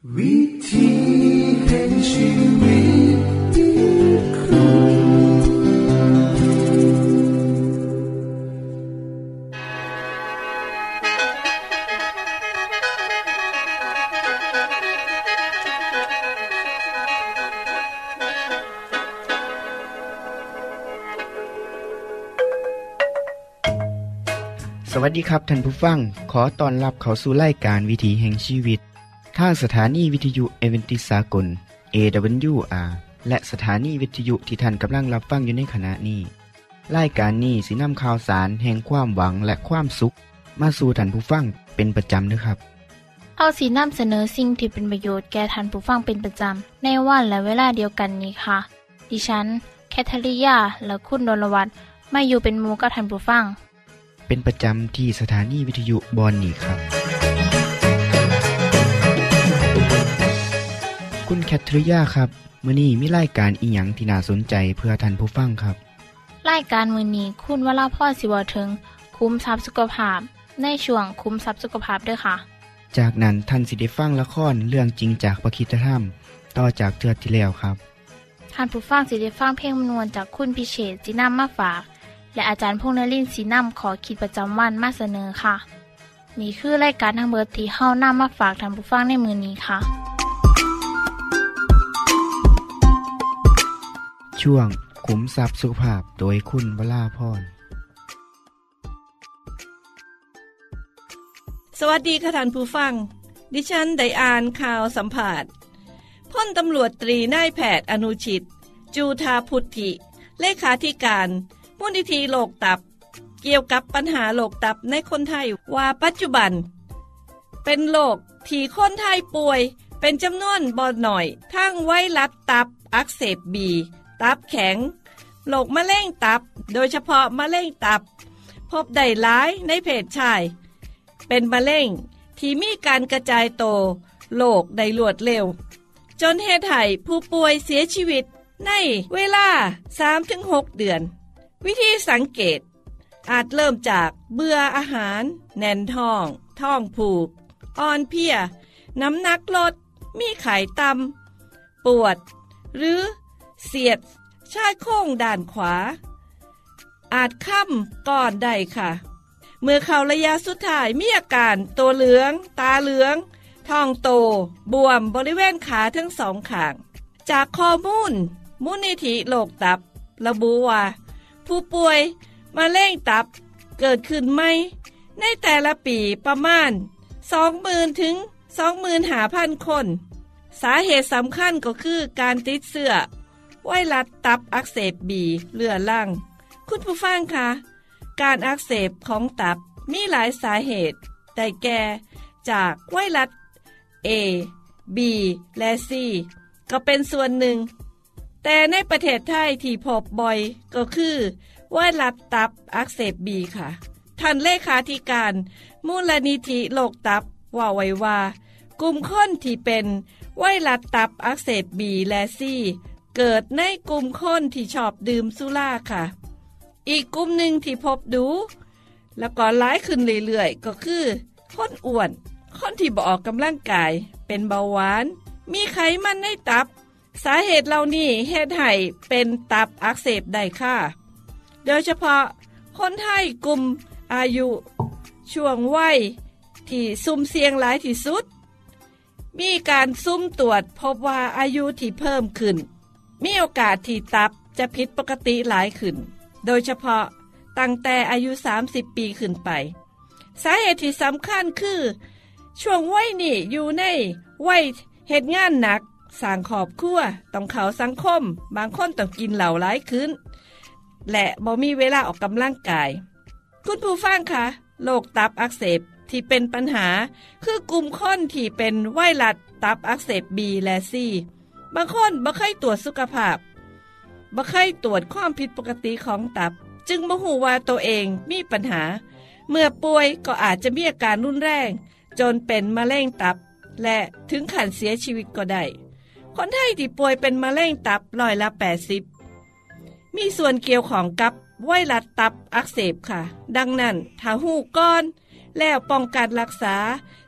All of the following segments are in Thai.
วิธีแห่งชีวิตคู่สวัสดีครับท่านผู้ฟังขอต้อนรับเข้าสู่รายการวิถีแห่งชีวิตทางสถานีวิทยุเอเวนติสากล AWR และสถานีวิทยุที่ท่านกำลังรับฟังอยู่ในขณะนี้รายการนี้สินำข่าวสารแห่งความหวังและความสุขมาสู่ท่านผู้ฟังเป็นประจำนะครับเอาสินำเสนอสิ่งที่เป็นประโยชน์แก่ท่านผู้ฟังเป็นประจำในวันและเวลาเดียวกันนี้ค่ะดิฉันแคทริยาและคุณดลวัฒน์มาอยู่เป็นหมู่กับท่านผู้ฟังเป็นประจำที่สถานีวิทยุบอนนี่ครับคุณแคทริยาครับมื้อนี้มีรายการอีหยังที่น่าสนใจเพื่อท่านผู้ฟังครับรายการมื้อนี้คุณวราพรสิเว้าถึงคุ้มทรัพย์สุขภาพในช่วงคุ้มทรัพย์สุขภาพด้วยค่ะจากนั้นท่านสิได้ฟังละครเรื่องจริงจากพระคริสตธรรมต่อจากเทื่อที่แล้วครับท่านผู้ฟังสิได้ฟังเพลงมนวนจากคุณพิเชษฐ์สินำมาฝากและอาจารย์พงษ์นฤมลศรีนำขอคิดประจำวันมาเสนอค่ะนี่คือรายการทั้งเบิดที่เฮานำมาฝากท่านผู้ฟังในมื้อนี้ค่ะช่วงขุมทรัพย์สุขภาพโดยคุณวราพรสวัสดีค่ะท่านผู้ฟังดิฉันได้อ่านข่าวสัมภาษณ์พลตำรวจตรีนายแพทย์อนุชิตจูธาพุทธิเลขาธิการมูลนิธิโรคตับเกี่ยวกับปัญหาโรคตับในคนไทยว่าปัจจุบันเป็นโรคที่คนไทยป่วยเป็นจำนวนบ่น้อยทั้งไวรัสตับอักเสบบีตับแข็งโรคมะเร็งตับโดยเฉพาะมะเร็งตับพบได้หลายในเพศชายเป็นมะเร็งที่มีการกระจายโตโรคได้รวดเร็วจนเฮ็ดให้ผู้ป่วยเสียชีวิตในเวลา 3-6 เดือนวิธีสังเกตอาจเริ่มจากเบื่ออาหารแน่นท้องท้องผูกอ่อนเพลียน้ำหนักลดมีไข้ต่ำปวดหรือเสียดชายโครงด้านขวาอาจค่ำก่อนได้ค่ะเมื่อเข้าระยะสุดท้ายมีอาการตัวเหลืองตาเหลืองท้องโตบวมบริเวณขาทั้งสองข้างจากข้อมูลมูลนิธิโรคตับระบุว่าผู้ป่วยมะเร็งตับเกิดขึ้นไหมในแต่ละปีประมาณ 20,000 ถึง 25,000 คนสาเหตุสำคัญก็คือการติดเชื้อไวรัสตับอักเสบบีเรื้อรังคุณผู้ฟังคะการอักเสบของตับมีหลายสาเหตุได้แก่จากไวรัส A B และ C ก็เป็นส่วนหนึ่งแต่ในประเทศไทยที่พบบ่อยก็คือไวรัสตับอักเสบบีค่ะท่านเลขาธิการมูลนิธิโรคตับว่าไว้ว่ากลุ่มคนที่เป็นไวรัสตับอักเสบบีและซีเกิดในกลุ่มคนที่ชอบดื่มสุราค่ะอีกกลุ่มหนึ่งที่พบดูแล้วก็หลายขึ้นเรื่อยๆก็คือคนอ้วนคนที่บ่ออกกำลังกายเป็นเบาหวานมีไขมันในตับสาเหตุเหล่านี้เฮ็ดให้เป็นตับอักเสบได้ค่ะโดยเฉพาะคนไทยกลุ่มอายุช่วงวัยที่ซุ่มเสี่ยงหลายที่สุดมีการซุ่มตรวจพบว่าอายุที่เพิ่มขึ้นมีโอกาสที่ตับจะผิดปกติหลายขึ้นโดยเฉพาะตั้งแต่อายุ 30 ปีขึ้นไปสาเหตุที่สำคัญคือช่วงวัยนี้อยู่ในวัยเฮ็ดงานหนักสร้างครอบครัวต้องเข้าสังคมบางคนต้องกินเหล้าหลายขึ้นและบ่มีเวลาออกกำลังกายคุณผู้ฟังคะโรคตับอักเสบที่เป็นปัญหาคือกลุ่มคนที่เป็นไวรัสตับอักเสบบีและซีบางคนบ่เคยตรวจสุขภาพบ่เคยตรวจความผิดปกติของตับจึงบ่ฮู้ว่าตัวเองมีปัญหาเมื่อป่วยก็อาจจะมีอาการรุนแรงจนเป็นมะเร็งตับและถึงขั้นเสียชีวิตก็ได้คนไทยที่ป่วยเป็นมะเร็งตับ80%มีส่วนเกี่ยวข้องกับไวรัสตับอักเสบค่ะดังนั้นถ้าฮู้ก่อนแล้วป้องกันรักษา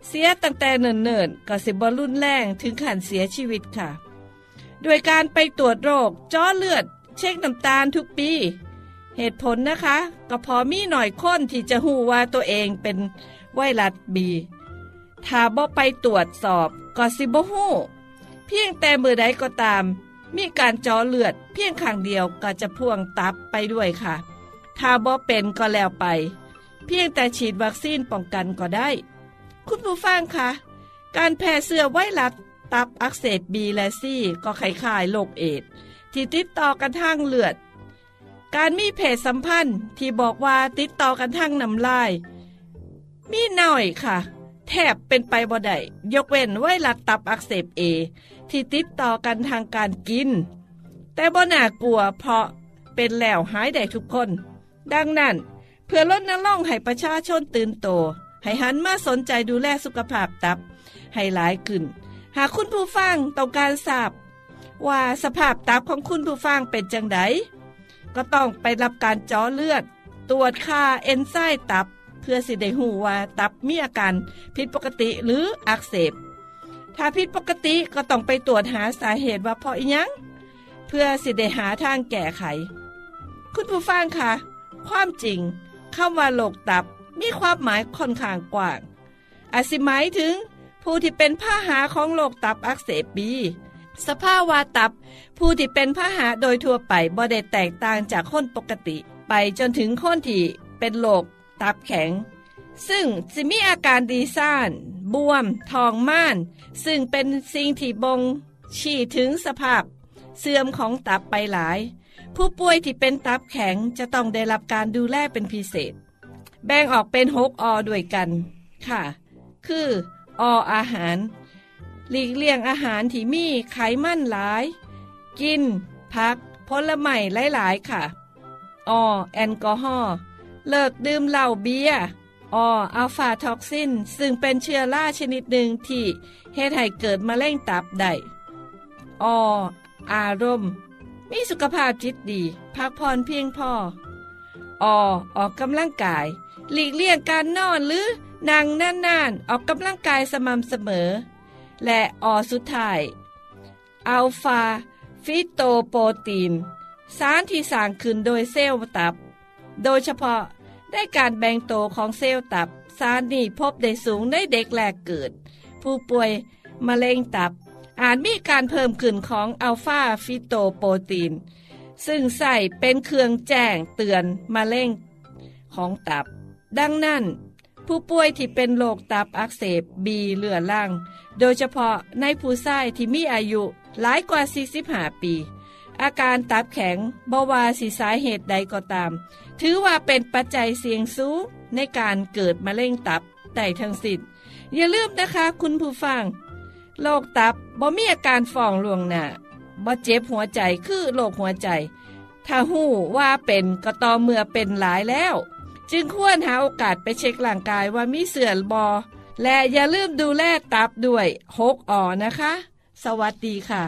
เสียตั้งแต่เนิ่นๆก็สิบ่รุนแรงถึงขั้นเสียชีวิตค่ะด้วยการไปตรวจโรคเจาะเลือดเช็คน้ำตาลทุกปีเหตุผลนะคะก็พอมีหน่อยคนที่จะฮู้ว่าตัวเองเป็นไวรัสบีถ้าบ่ไปตรวจสอบก็สิบ่ฮู้เพียงแต่มื้อใดก็ตามมีการเจาะเลือดเพียงข้างเดียวก็จะพ่วงตับไปด้วยค่ะถ้าบ่เป็นก็แล้วไปเพียงแต่ฉีดวัคซีนป้องกันก็ได้คุณผู้ฟังคะการแพร่เชื้อไวรัสตับอักเสบ B และ C ก็คล้ายๆโรคเอดส์ที่ติดต่อกันทางเลือดการมีเพศสัมพันธ์ที่บอกว่าติดต่อกันทางน้ำลายมีน้อยค่ะแทบเป็นไปบ่ได้ยกเว้นไวรัสตับอักเสบ A ที่ติดต่อกันทางการกินแต่บ่น่ากลัวเพราะเป็นแล้วหายได้ทุกคนดังนั้นเพื่อลดน้ำล่องให้ประชาชนตื่นโตให้หันมาสนใจดูแลสุขภาพตับให้หลายขึ้นหากคุณผู้ฟังต้องการทราบว่าสภาพตับของคุณผู้ฟังเป็นจังไดก็ต้องไปรับการเจาะเลือดตรวจค่าเอนไซม์ตับเพื่อสิได้ฮู้ว่าตับมีอาการผิดปกติหรืออักเสบถ้าผิดปกติก็ต้องไปตรวจหาสาเหตุว่าเพราะอิหยังเพื่อสิได้หาทางแก้ไขคุณผู้ฟังคะความจริงคำว่าโรคตับมีความหมายค่อนข้างกว้างอาจสิหมายถึงผู้ที่เป็นพาหะของโรคตับอักเสบบีสภาวะตับผู้ที่เป็นพาหะโดยทั่วไปบ่ได้แตกต่างจากคนปกติไปจนถึงคนที่เป็นโรคตับแข็งซึ่งจะมีอาการดีซ่านบวมท้องม่านซึ่งเป็นสิ่งที่บ่งชี้ถึงสภาพเสื่อมของตับไปหลายผู้ป่วยที่เป็นตับแข็งจะต้องได้รับการดูแลเป็นพิเศษแบ่งออกเป็น6 อด้วยกันค่ะคือออาหารหลีกเลี่ยงอาหารที่มีไขมันหลายกินผักผลไม้หลายๆค่ะอแอลกอฮอล์เลิกดื่มเหล้าเบียร์อัลฟาท็อกซินซึ่งเป็นเชื้อราชนิดหนึ่งที่เฮ็ดให้เกิดมะเร็งตับได้อารมณ์มีสุขภาพจิตดีพักผ่อนเพียงพอออกกำลังกายหลีกเลี่ยงการนอนหรือนั่งนานๆออกกำลังกายสม่ำเสมอและสุดท้ายอัลฟาฟิโตโปรตีนสารที่สร้างขึ้นโดยเซลล์ตับโดยเฉพาะได้การแบ่งโตของเซลล์ตับสารนี้พบได้สูงในเด็กแรกเกิดผู้ป่วยมะเร็งตับอาจมีการเพิ่มขึ้นของอัลฟาฟิโตโปรตีนซึ่งใส่เป็นเครื่องแจ้งเตือนมะเร็งของตับดังนั้นผู้ป่วยที่เป็นโรคตับอักเสบบีเรื้อรังโดยเฉพาะในผู้ชายที่มีอายุหลายกว่า45ปีอาการตับแข็งบ่ว่าสิสาเหตุใดก็ตามถือว่าเป็นปัจจัยเสี่ยงสูงในการเกิดมะเร็งตับได้ทั้งสิ้นอย่าลืมนะคะคุณผู้ฟังโรคตับบ่มีอาการฟ้องล่วงหน้าบ่เจ็บหัวใจคือโรคหัวใจถ้าหู้ว่าเป็นก็ต่อเมื่อเป็นหลายแล้วจึงควรหาโอกาสไปเช็คร่างกายว่ามีเสื่อมบ่และอย่าลืมดูแลตับด้วย6 อนะคะสวัสดีค่ะ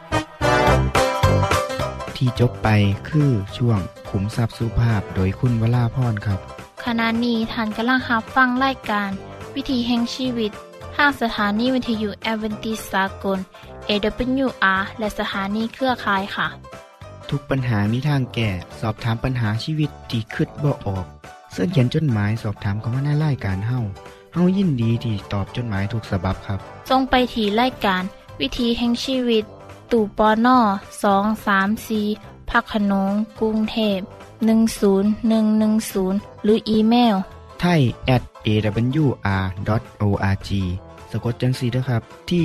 ที่จบไปคือช่วงขุมทรัพย์สุภาพโดยคุณวราพรครับขณะนี้ท่านกำลังรับฟังรายการวิถีแห่งชีวิตทางสถานีวิทยุแอเวนติสากล AWR และสถานีเครือข่ายค่ะทุกปัญหามีทางแก้สอบถามปัญหาชีวิตที่คิดบ่ออกเสิร์ชเขียนจดหมายสอบถามเข้ามาในรายการเฮายินดีที่ตอบจดหมายทุกฉบับครับส่งไปที่รายการวิถีแห่งชีวิตตู้ปน234พักขนงกรุงเทพ10110หรืออีเมล thai@awr.org สะกดจังซี่เด้อครับที่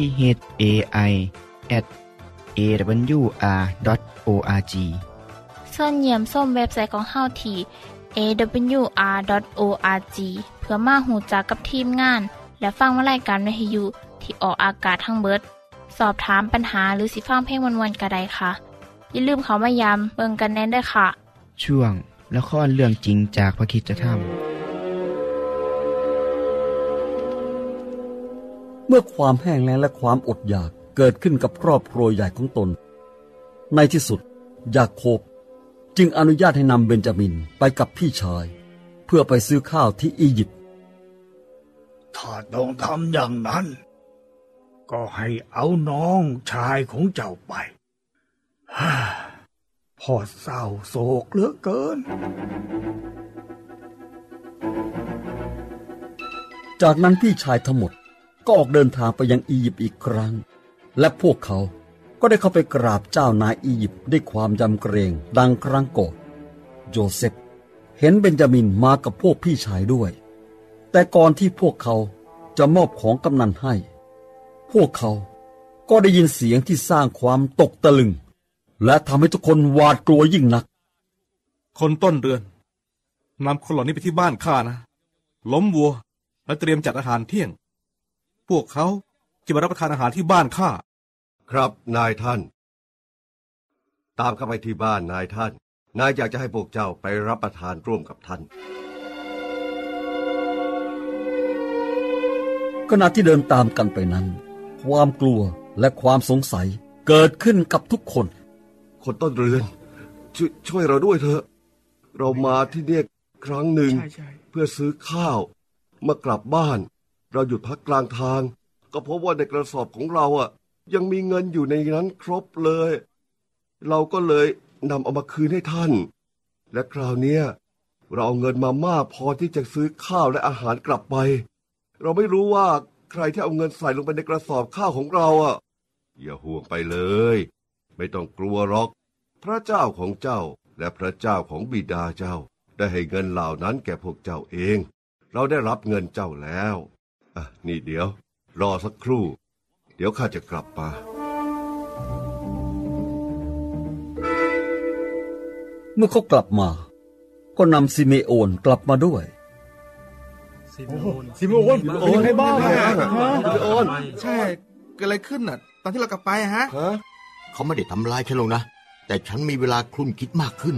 hai@awr.org ส่วนเยี่ยมส้มเว็บไซต์ของเฮาที่ awr.org เพื่อมาหูจักกับทีมงานและฟังวารายการวิทยุที่ออกอากาศทั้งเบิดสอบถามปัญหาหรือสิฟังเพลงวนๆก็ได้ค่ะอย่าลืมเข้ามาย้ำเบิ่งกันแน่นด้วยค่ะช่วงละครเรื่องจริงจากพระคริสตธรรมเมื่อความแห้งแล้งและความอดอยากเกิดขึ้นกับครอบครัวใหญ่ของตนในที่สุดยาโคบจึงอนุญาตให้นำเบนจามินไปกับพี่ชายเพื่อไปซื้อข้าวที่อียิปต์ถ้าต้องทำอย่างนั้นก็ให้เอาน้องชายของเจ้าไปพ่อเศร้าโศกเหลือเกินจากนั้นพี่ชายทั้งหมดก็ออกเดินทางไปยังอียิปต์อีกครั้งและพวกเขาก็ได้เข้าไปกราบเจ้านายอียิปต์ด้วยความยำเกรงดังครั้งก่อนโยเซฟเห็นเบนจามินมากับพวกพี่ชายด้วยแต่ก่อนที่พวกเขาจะมอบของกำนันให้พวกเขาก็ได้ยินเสียงที่สร้างความตกตะลึงและทำให้ทุกคนหวาดกลัวยิ่งนักคนต้นเดือนนำคนเหล่านี้ไปที่บ้านข้านะล้มวัวและเตรียมจัดอาหารเที่ยงพวกเขาจะมารับประทานอาหารที่บ้านข้าครับนายท่านตามเข้าไปที่บ้านนายท่านนายอยากจะให้พวกเจ้าไปรับประทานร่วมกับท่านขณะที่เดินตามกันไปนั้นความกลัวและความสงสัยเกิดขึ้นกับทุกคนคนต้นเรือนช่วยเราด้วยเถอะเรามาที่นี่ครั้งหนึ่งเพื่อซื้อข้าวเมื่อกลับบ้านเราหยุดพักกลางทางก็พบว่าในกระสอบของเรายังมีเงินอยู่ในนั้นครบเลยเราก็เลยนำเอามาคืนให้ท่านและคราวนี้เราเอาเงินมามากพอที่จะซื้อข้าวและอาหารกลับไปเราไม่รู้ว่าใครที่เอาเงินใส่ลงไปในกระสอบข้าวของเราอย่าห่วงไปเลยไม่ต้องกลัวหรอกพระเจ้าของเจ้าและพระเจ้าของบิดาเจ้าได้ให้เงินเหล่านั้นแก่พวกเจ้าเองเราได้รับเงินเจ้าแล้วนี่เดี๋ยวรอสักครู่เดี๋ยวข้าจะกลับมาเมื่อเขากลับมาก็นำซิเมโอนกลับมาด้วยซิเมโอนเป็นยังไงบ้างซิเมโอนใช่เกิดอะไรขึ้นตอนที่เรากลับไปฮะเขาไม่ได้ทำร้ายฉันหรอกนะแต่ฉันมีเวลาคลุ่นคิดมากขึ้น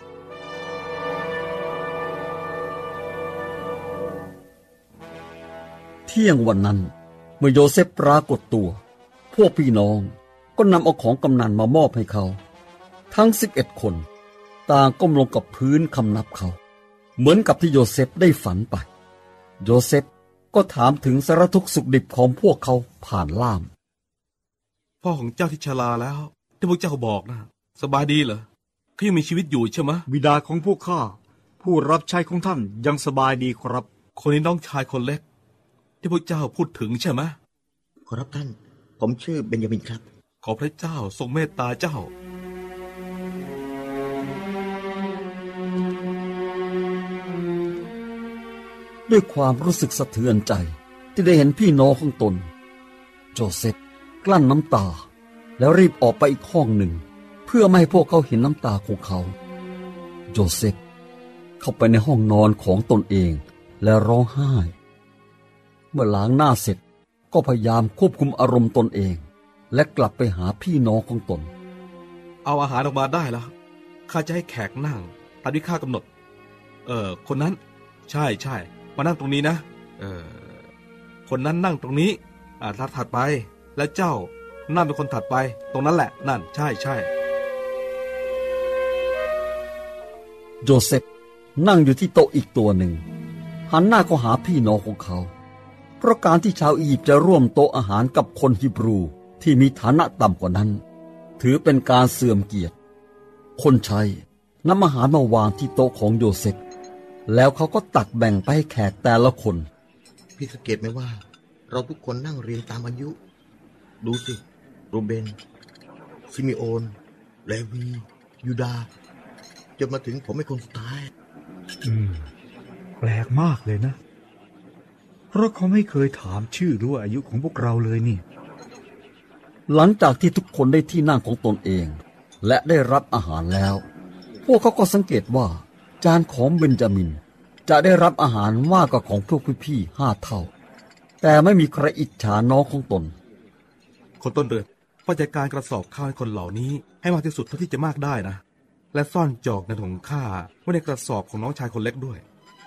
เที่ยงวันนั้นเมื่อโยเซฟปรากฏตัวพวกพี่น้องก็นำเอาของกำนันมามอบให้เขาทั้ง11คนต่างก้มลงกับพื้นคำนับเขาเหมือนกับที่โยเซฟได้ฝันไปโยเซฟก็ถามถึงสารทุกข์สุขดิบของพวกเขาผ่านล่ามพ่อของเจ้าที่ชราแล้วที่พวกเจ้าบอกนะสบายดีเหรอเขายังมีชีวิตอยู่ใช่ไหมบิดาของพวกข้าผู้รับใช้ของท่านยังสบายดีครับคนนี้น้องชายคนเล็กที่พวกเจ้าพูดถึงใช่ไหมขอรับท่านผมชื่อเบนจามินครับขอพระเจ้าทรงเมตตาเจ้าด้วยความรู้สึกสะเทือนใจที่ได้เห็นพี่น้องของตนโจเซฟกลั้นน้ำตาแล้วรีบออกไปอีกห้องหนึ่งเพื่อไม่ให้พวกเขาเห็นน้ำตาของเขาโจเซฟเข้าไปในห้องนอนของตนเองและร้องไห้เมื่อล้างหน้าเสร็จก็พยายามควบคุมอารมณ์ตนเองและกลับไปหาพี่น้องของตนเอาอาหารออกมาได้แล้วข้าจะให้แขกนั่งตามที่ข้ากำหนดคนนั้นใช่มานั่งตรงนี้นะคนนั้นนั่งตรงนี้ถัดไปและเจ้านั่งเป็นคนถัดไปตรงนั้นแหละนั่นใช่โจเซฟนั่งอยู่ที่โต๊ะอีกตัวหนึ่งหันหน้าเข้าหาพี่น้องของเขาเพราะการที่ชาวอียิปต์จะร่วมโต๊ะอาหารกับคนฮีบรูที่มีฐานะต่ำกว่านั้นถือเป็นการเสื่อมเกียรติคนใช้นำอาหารมาวางที่โต๊ะของโยเซฟแล้วเขาก็ตักแบ่งไปให้แขกแต่ละคนพี่สังเกตไหมว่าเราทุกคนนั่งเรียงตามอายุดูสิรูเบนซิมิโอนเลวียูดาจนมาถึงผมเป็นคนสุดท้ายแปลกมากเลยนะเพราะเขาไม่เคยถามชื่อหรืออายุของพวกเราเลยนี่หลังจากที่ทุกคนได้ที่นั่งของตนเองและได้รับอาหารแล้วพวกเขาก็สังเกตว่าจานของเบนจามินจะได้รับอาหารมากกว่าของพวกพี่ๆ5 เท่าแต่ไม่มีใครอิจฉาน้องของตนคนต้นเรือนพ่อจัดการกระสอบข้าวให้คนเหล่านี้ให้มากที่สุดเท่าที่จะมากได้นะและซ่อนจอกในถุงข้าไว้ในกระสอบของน้องชายคนเล็กด้วย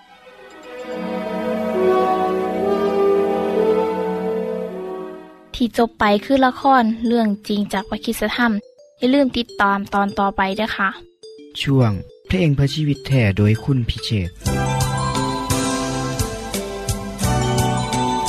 ที่จบไปคือละครเรื่องจริงจากวคิสธรรมอย่าลืมติดตามตอนต่อไปด้วยค่ะช่วงเพลงพระชีวิตแท้โดยคุณพิเชษฐ์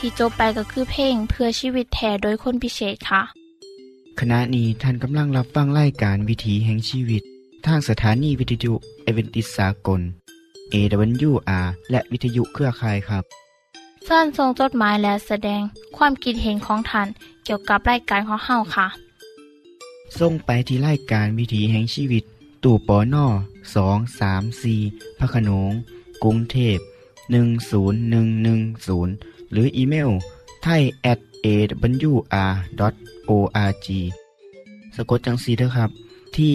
ที่จบไปก็คือเพลงเพื่อชีวิตแท้โดยคนพิเศษค่ะขณะนี้ท่านกำลังรับฟังรายการวิถีแห่งชีวิตทางสถานีวิทยุเอเวนติสากล AWR และวิทยุเครือข่ายครับเชิญส่งจดหมายและแสดงความคิดเห็นของท่านเกี่ยวกับรายการของเฮาค่ะส่งไปที่รายการวิถีแห่งชีวิตตู้ปน234พระโขนงกรุงเทพ10110หรืออีเมล thai@awr.org สะกดจังสีด้วยครับที่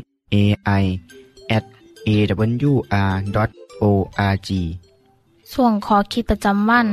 hai@awr.org ส่วนขอคิดประจำวัน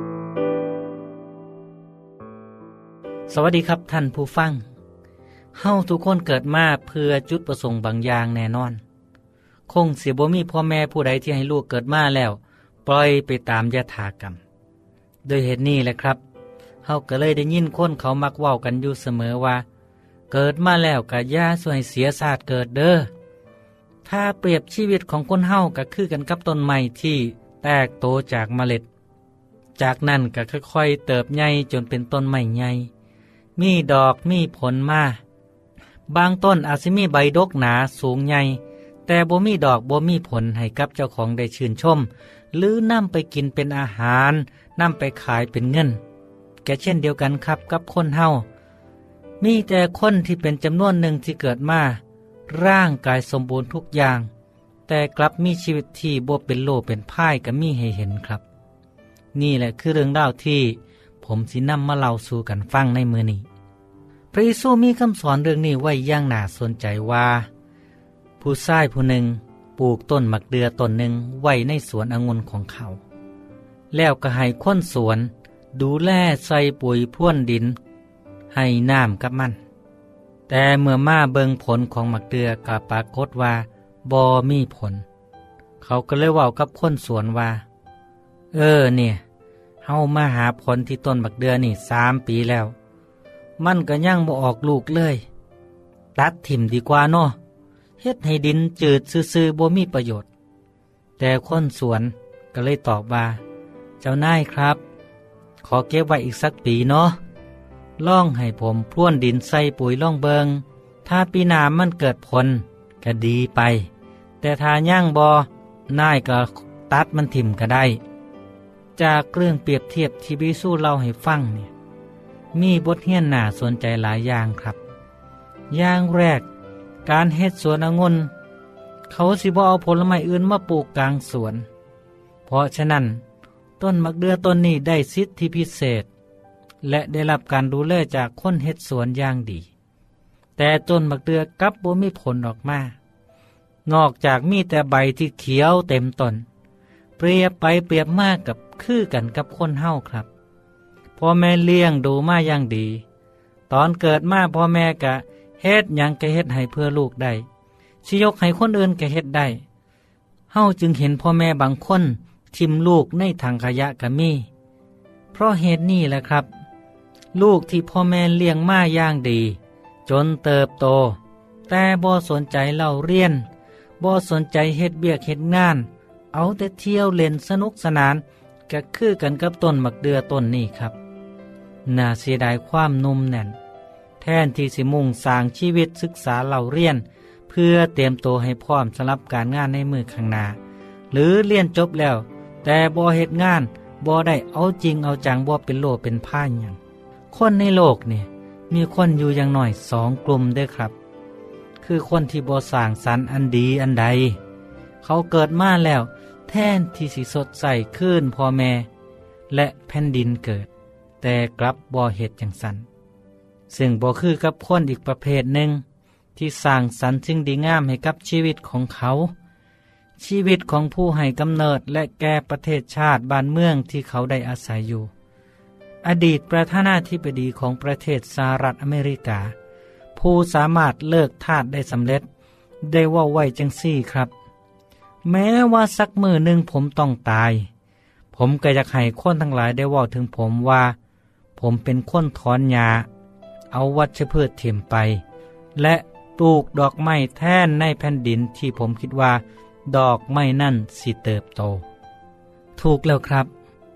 สวัสดีครับท่านผู้ฟังเฮาทุกคนเกิดมาเพื่อจุดประสงค์บางอย่างแน่นอนคงสิบ่มีพ่อแม่ผู้ใดที่ให้ลูกเกิดมาแล้วปล่อยไปตามยถากรรมโดยเหตุนี้แหละครับเฮาก็เลยได้ยินคนเขามักเว้ากันอยู่เสมอว่าเกิดมาแล้วก็อย่าส่วยเสียศาสตร์เกิดเด้อถ้าเปรียบชีวิตของคนเฮาก็คือกันกับต้นไม้ที่แตกโตจากเมล็ดจากนั้นก็ค่อยๆเติบใหญ่จนเป็นต้นไม้ใหญ่มีดอกมีผลมาบางต้นอาจสิมีใบดกหนาสูงใหญ่แต่บ่มีดอกบ่มีผลให้กับเจ้าของได้ชื่นชมหรือนำไปกินเป็นอาหารนำไปขายเป็นเงินแก่เช่นเดียวกันครับกับคนเฮามีแต่คนที่เป็นจำนวนหนึ่งที่เกิดมาร่างกายสมบูรณ์ทุกอย่างแต่กลับมีชีวิตที่บ่เป็นโลเป็นพ่ายก็มีให้เห็นครับนี่แหละคือเรื่องราวที่ผมสินำมาเล่าสู่กันฟังในมื้อนี้พระเยซูมีคำสอนเรื่องนี้ไว้อย่างน่าสนใจว่าผู้ชายผู้หนึ่งปลูกต้นมะเดื่อต้นหนึ่งไว้ในสวนองุ่นของเขาแล้วก็ให้คนสวนดูแลใส่ปุ๋ยพ่วนดินให้น้ำกับมันแต่เมื่อมาเบิงผลของมะเดื่อก็ปรากฏว่าบ่มีผลเขาก็เลยเว้ากับคนสวนว่าเนี่ยเฮามาหาผลที่ต้นมะเดื่อนี่3 ปีแล้วมันก็ยังบ่ออกลูกเลยตัดถิ่มดีกว่าเนาะเฮ็ดให้ดินจืดซื่อๆบ่มีประโยชน์แต่คนสวนก็เลยตอบว่าเจ้านายครับขอเก็บไว้อีกสักปีเนาะลองให้ผมพรวนดินใส่ปุ๋ยล่องเบิงถ้าปีหน้ามันเกิดผลก็ดีไปแต่ถ้าย่างบ่นายก็ตัดมันถิ่มก็ได้จากเรื่องเปรียบเทียบที่บิสู้เล่าให้ฟังเนี่ยมีบทเรียนน่าสนใจหลายอย่างครับอย่างแรกการเฮ็ดสวนองุ่นเขาสิบ่เอาผลไม้อื่นมาปลูกกลางสวนเพราะฉะนั้นต้นมะเดื่อต้นนี้ได้สิทธิพิเศษและได้รับการดูแลจากคนเฮ็ดสวนอย่างดีแต่ต้นมะเดื่อกลับบ่มีผลออกมานอกจากมีแต่ใบที่เขียวเต็มต้นเปรียบไปเปรียบมากกับคือกันกับคนเฮาครับพ่อแม่เลี้ยงดูมาอย่างดีตอนเกิดมาพ่อแม่กะเฮ็ดหยังก็เฮ็ดให้เพื่อลูกได้สิยกให้คนอื่นก็เฮ็ดได้เฮาจึงเห็นพ่อแม่บางคนทิ่มลูกในถังขยะก็มีเพราะเหตุนี้แหละครับลูกที่พ่อแม่เลี้ยงมาอย่างดีจนเติบโตแต่บ่สนใจเล่าเรียนบ่สนใจเฮ็ดเบียกเฮ็ดงานเอาแต่เที่ยวเล่นสนุกสนานก็คือกันกับต้นมะเดื่อต้นนี้ครับน่าเสียดายความนุ่มแน่นแทนที่สิมุ่งสร้างชีวิตศึกษาเล่าเรียนเพื่อเตรียมตัวให้พร้อมสำหรับการงานในมือข้างหน้าหรือเรียนจบแล้วแต่บ่เฮ็ดงานบ่ได้เอาจริงเอาจังบ่เป็นโลเป็นพ่ายหยังคนในโลกนี่มีคนอยู่อย่างน้อย2 กลุ่มเด้อครับคือคนที่บ่สร้างสรรค์อันดีอันใดเขาเกิดมาแล้วแทนที่สิสดใสขึ้นพ่อแม่และแผ่นดินเกิดแต่กลับบ่เฮ็ดจังซั่นซึ่งบ่คือกับคนอีกประเภทหนึ่งที่สร้างสรรค์สิ่งดีงามให้กับชีวิตของเขาชีวิตของผู้ให้กำเนิดและแก่ประเทศชาติบ้านเมืองที่เขาได้อาศัยอยู่อดีตประธานาธิบดีของประเทศสหรัฐอเมริกาผู้สามารถเลิกทาสได้สำเร็จได้ว่าไว้จังซี่ครับแม้ว่าสักมื้อหนึ่งผมต้องตายผมก็อยากให้คนทั้งหลายได้เว้าถึงผมว่าผมเป็นคนถอนหญ้าเอาวัชพืชเถียมไปและปลูกดอกไม้แทนในแผ่นดินที่ผมคิดว่าดอกไม้นั่นสิเติบโตถูกแล้วครับ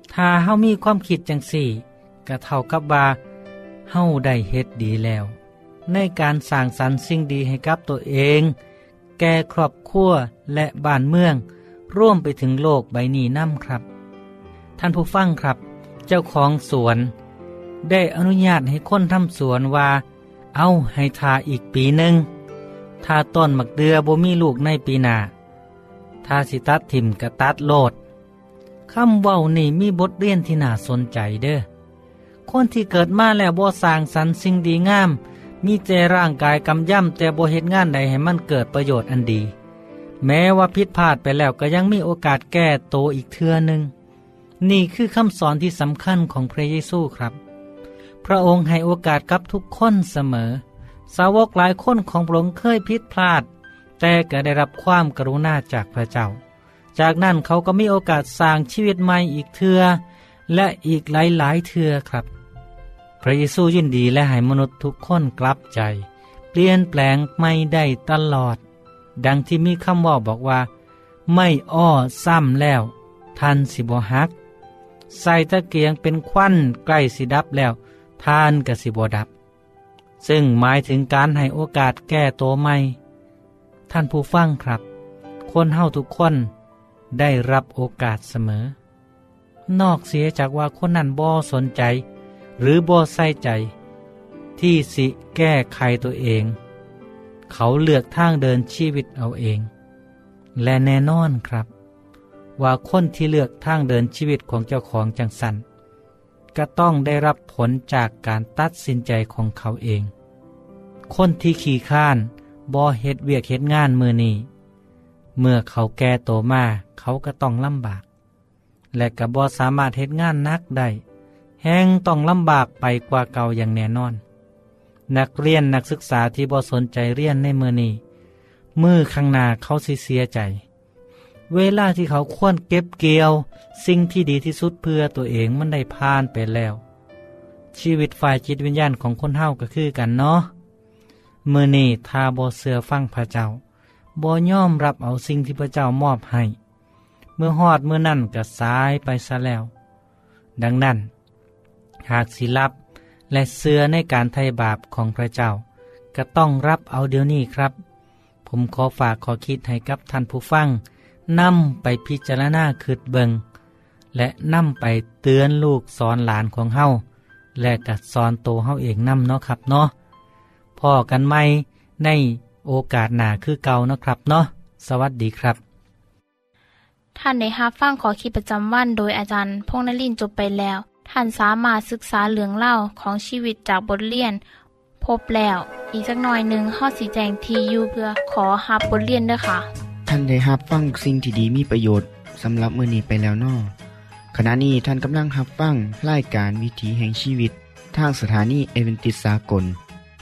ถ้าเฮามีความคิดจังสี่ก็เท่ากับว่าเฮาได้เฮ็ดดีแล้ว ในการสร้างสรรค์สิ่งดีให้กับตัวเองแก่ครอบครัวและบ้านเมืองร่วมไปถึงโลกใบนี้นำครับท่านผู้ฟังครับเจ้าของสวนได้อนุญาตให้คนทำสวนว่าเอาให้ทาอีกปีหนึ่งถ้าต้นมักเดือบ่มีลูกในปีหน้าถ้าสิตัดถิ่มก็ตัดโลดคำเว้านี่มีบทเรียนที่น่าสนใจเด้อคนที่เกิดมาแล้วบ่สร้างสรรค์สิ่งดีงามมีแต่ร่างกายกำย่ำแต่บ่เฮ็ดงานใดให้มันเกิดประโยชน์อันดีแม้ว่าผิดพลาดไปแล้วก็ยังมีโอกาสแก้โตอีกเทื่อนึงนี่คือคำสอนที่สำคัญของพระเยซูครับพระองค์ให้โอกาสกับทุกคนเสมอสาวกหลายคนของพระองค์เคยผิดพลาดแต่ก็ได้รับความกรุณาจากพระเจ้าจากนั้นเขาก็มีโอกาสสร้างชีวิตใหม่อีกเทื่อและอีกหลายๆเทื่อครับพระเยซูยินดีและให้มนุษย์ทุกคนกลับใจเปลี่ยนแปลงไม่ได้ตลอดดังที่มีคำว่าบอกว่าไม่อ้อซ้ำแล้วท่านสิบ่ฮักใส่ตะเกียงเป็นควันใกล้สิดับแล้วท่านก็สิบ่ดับซึ่งหมายถึงการให้โอกาสแก้ตัวใหม่ท่านผู้ฟังครับคนเฮาทุกคนได้รับโอกาสเสมอนอกเสียจากว่าคนนั้นบ่สนใจหรือบ่ใส่ใจที่สิแก้ไขตัวเองเขาเลือกทางเดินชีวิตเอาเองและแน่นอนครับว่าคนที่เลือกทางเดินชีวิตของเจ้าของจังสันก็ต้องได้รับผลจากการตัดสินใจของเขาเองคนที่ขี้ข้านบ่เฮ็ดเวียกเฮ็ดงานมือนี้เมื่อเขาแก่โตมาเขาก็ต้องลำบากและก็บ่สามารถเฮ็ดงานหนักได้แห้งต้องลำบากไปกว่าเก่าอย่างแน่นอนนักเรียนนักศึกษาที่บ่สนใจเรียนในมือนี้มือข้างหน้าเขาสิเสียใจเวลาที่เขาควรเก็บเกี่ยวสิ่งที่ดีที่สุดเพื่อตัวเองมันได้ผ่านไปแล้วชีวิตฝ่ายจิตวิญญาณของคนเฮาก็คือกันเนาะมื้อนี้ถ้าบ่เชื่อฟังพระเจ้าบ่ยอมรับเอาสิ่งที่พระเจ้ามอบให้เมื่อฮอดมื้อนั้นก็สายไปซะแล้วดังนั้นหากสิรับและเชื่อในการไถ่บาปของพระเจ้าก็ต้องรับเอาเดี๋ยวนี้ครับผมขอฝากขอคิดให้กับท่านผู้ฟังนำไปพิจารณาคิดเบิงและนำไปเตือนลูกสอนหลานของเฮาและก็สอนโตเฮาเองนำเนาะครับเนาะพ่อกันใหม่ในโอกาสหน้าคือเก่าเนาะครับเนาะสวัสดีครับท่านได้รับฟังขอคิดประจำวันโดยอาจารย์พงษ์นฤมลจบไปแล้วท่านสามารถศึกษาเรื่องเล่าของชีวิตจากบทเรียนพบแล้วอีกสักหน่อยหนึ่งข้อสีแจงทีอยู่เพื่อขอรับบทเรียนด้วยค่ะท่านได้รับฟังสิ่งที่ดีมีประโยชน์สำหรับมื้อนี้ไปแล้วน้อขณะนี้ท่านกำลังรับฟังรายการวิถีแห่งชีวิตทางสถานีเอเวนติสากล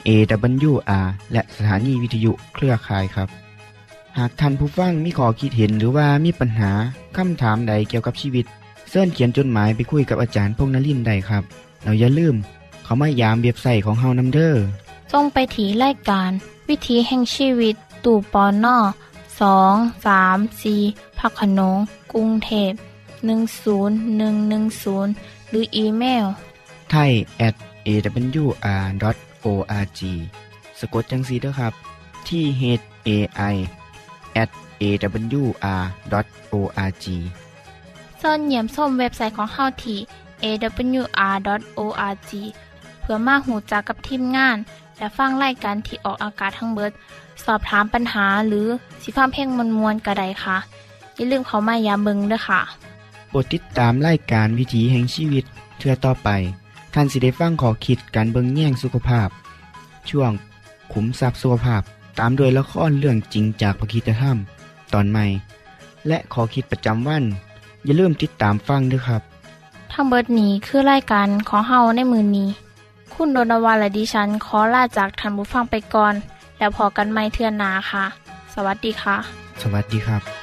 AWR และสถานีวิทยุเครือข่ายครับหากท่านผู้ฟังมีข้อคิดเห็นหรือว่ามีปัญหาคำถามใดเกี่ยวกับชีวิตเชิญเขียนจดหมายไปคุยกับอาจารย์พงษ์นฤมลได้ครับแล้วอย่าลืมเขามายามเว็บไซต์ของเฮานำเด้อส่งไปที่รายการวิถีแห่งชีวิตตู่ปน234พักขนงกรุงเทพ10110หรืออีเมล thai@awr.org สะกดจังซี่เด้อครับที่ thai@awr.org ส่วนเยี่ยมชมเว็บไซต์ของเฮาที่ awr.org เพื่อมาหูจักกับทีมงานและฟังรายการที่ออกอากาศทั้งเบิดสอบถามปัญหาหรือสิฟังเพลงมวลๆก็ได้ค่ะอย่าลืมเข้ามายามเบิงด้วยค่ะโปรดติดตามรายการวิถีแห่งชีวิตเทื่อต่อไปท่านสิได้ฟังขอคิดการเบิงแย่งสุขภาพช่วงขุมทรัพย์สุขภาพตามโดยละครเรื่องจริงจากพระคริสตธรรมตอนใหม่และขอคิดประจำวันอย่าลืมติดตามฟังด้วยครับทั้งเบิดนี้คือรายการของเฮาในมื้อนี้คุณโดนวาและดิฉันขอลาจากท่านผู้ฟังไปก่อนแล้วพอกันใหม่เทื่อหน้าค่ะสวัสดีค่ะสวัสดีครับ